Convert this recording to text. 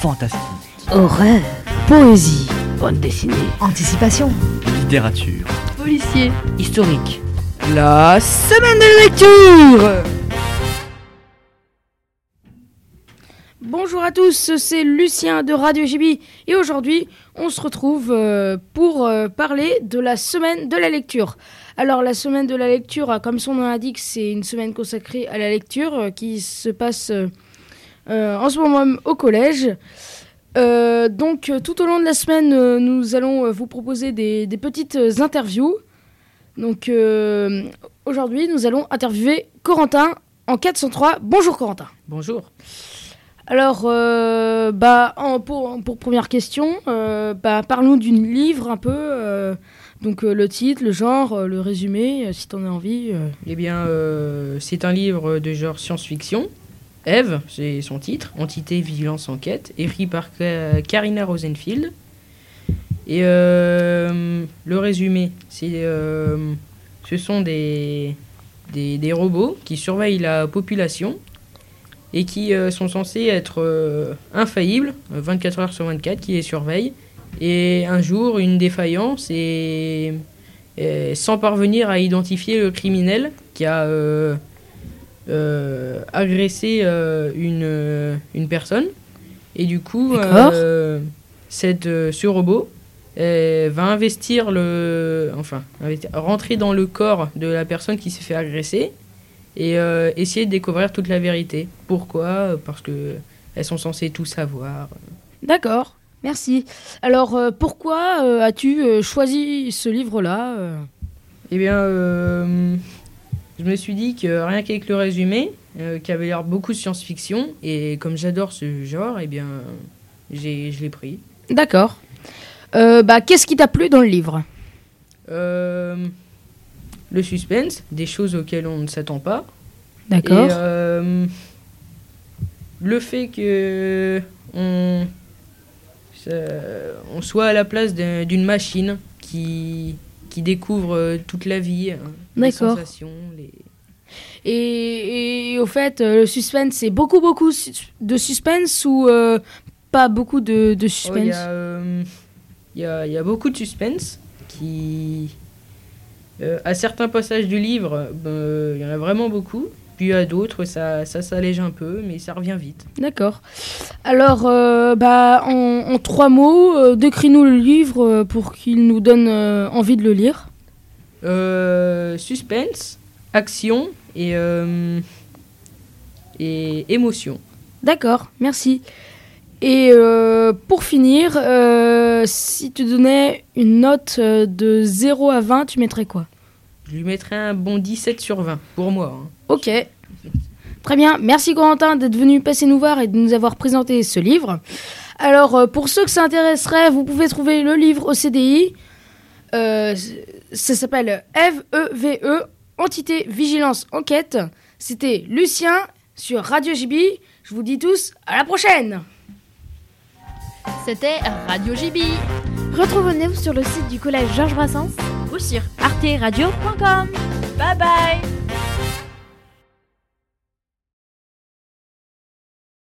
fantastique, horreur, poésie, bande dessinée, anticipation, littérature, policier, historique. La semaine de lecture. Bonjour à tous, c'est Lucien de Radio JB et aujourd'hui on se retrouve pour parler de la semaine de la lecture. Alors la semaine de la lecture, comme son nom l'indique, c'est une semaine consacrée à la lecture qui se passe en ce moment même au collège. Donc tout au long de la semaine, nous allons vous proposer des petites interviews. Donc aujourd'hui, nous allons interviewer Corentin en 403. Bonjour Corentin. Bonjour. Alors, pour première question, parle-nous du livre un peu. Donc le titre, le genre, le résumé, si t'en as envie. Eh bien, c'est un livre de genre science-fiction. Eve, c'est son titre, Entité, Vigilance, Enquête, écrit par Karina Rosenfield. Et le résumé, ce sont des robots qui surveillent la population et qui sont censés être infaillibles, 24 heures sur 24, qui les surveillent. Et un jour, une défaillance, et sans parvenir à identifier le criminel qui a agressé une personne. Et du coup, ce robot va rentrer dans le corps de la personne qui s'est fait agresser et essayer de découvrir toute la vérité. Pourquoi ? Parce qu'elles sont censées tout savoir. D'accord, merci. Alors, pourquoi as-tu choisi ce livre-là Eh bien, je me suis dit que rien qu'avec le résumé, qui avait l'air beaucoup de science-fiction, et comme j'adore ce genre, eh bien, je l'ai pris. D'accord. Qu'est-ce qui t'a plu dans le livre ? Le suspense, des choses auxquelles on ne s'attend pas. D'accord. Et le fait que on soit à la place d'une machine qui découvre toute la vie, les sensations. Et au fait, le suspense, c'est beaucoup de suspense ou pas beaucoup de suspense ? Il y a beaucoup de suspense à certains passages du livre, il y en a vraiment beaucoup. Puis à d'autres, ça s'allège un peu, mais ça revient vite. D'accord. Alors, en 3 mots, décris-nous le livre pour qu'il nous donne envie de le lire. Suspense, action et émotion. D'accord, merci. Et pour finir, si tu donnais une note de 0 à 20, tu mettrais quoi ? Je lui mettrais un bon 17 sur 20, pour moi. Ok. Très bien. Merci Corentin d'être venu passer nous voir et de nous avoir présenté ce livre. Alors, pour ceux que ça intéresserait, vous pouvez trouver le livre au CDI. Ça s'appelle Eve, E-V-E, Entité, Vigilance, Enquête. C'était Lucien sur Radio JB. Je vous dis tous à la prochaine. C'était Radio JB. Retrouvez-nous sur le site du collège Georges Brassens ou sur arteradio.com. Bye bye.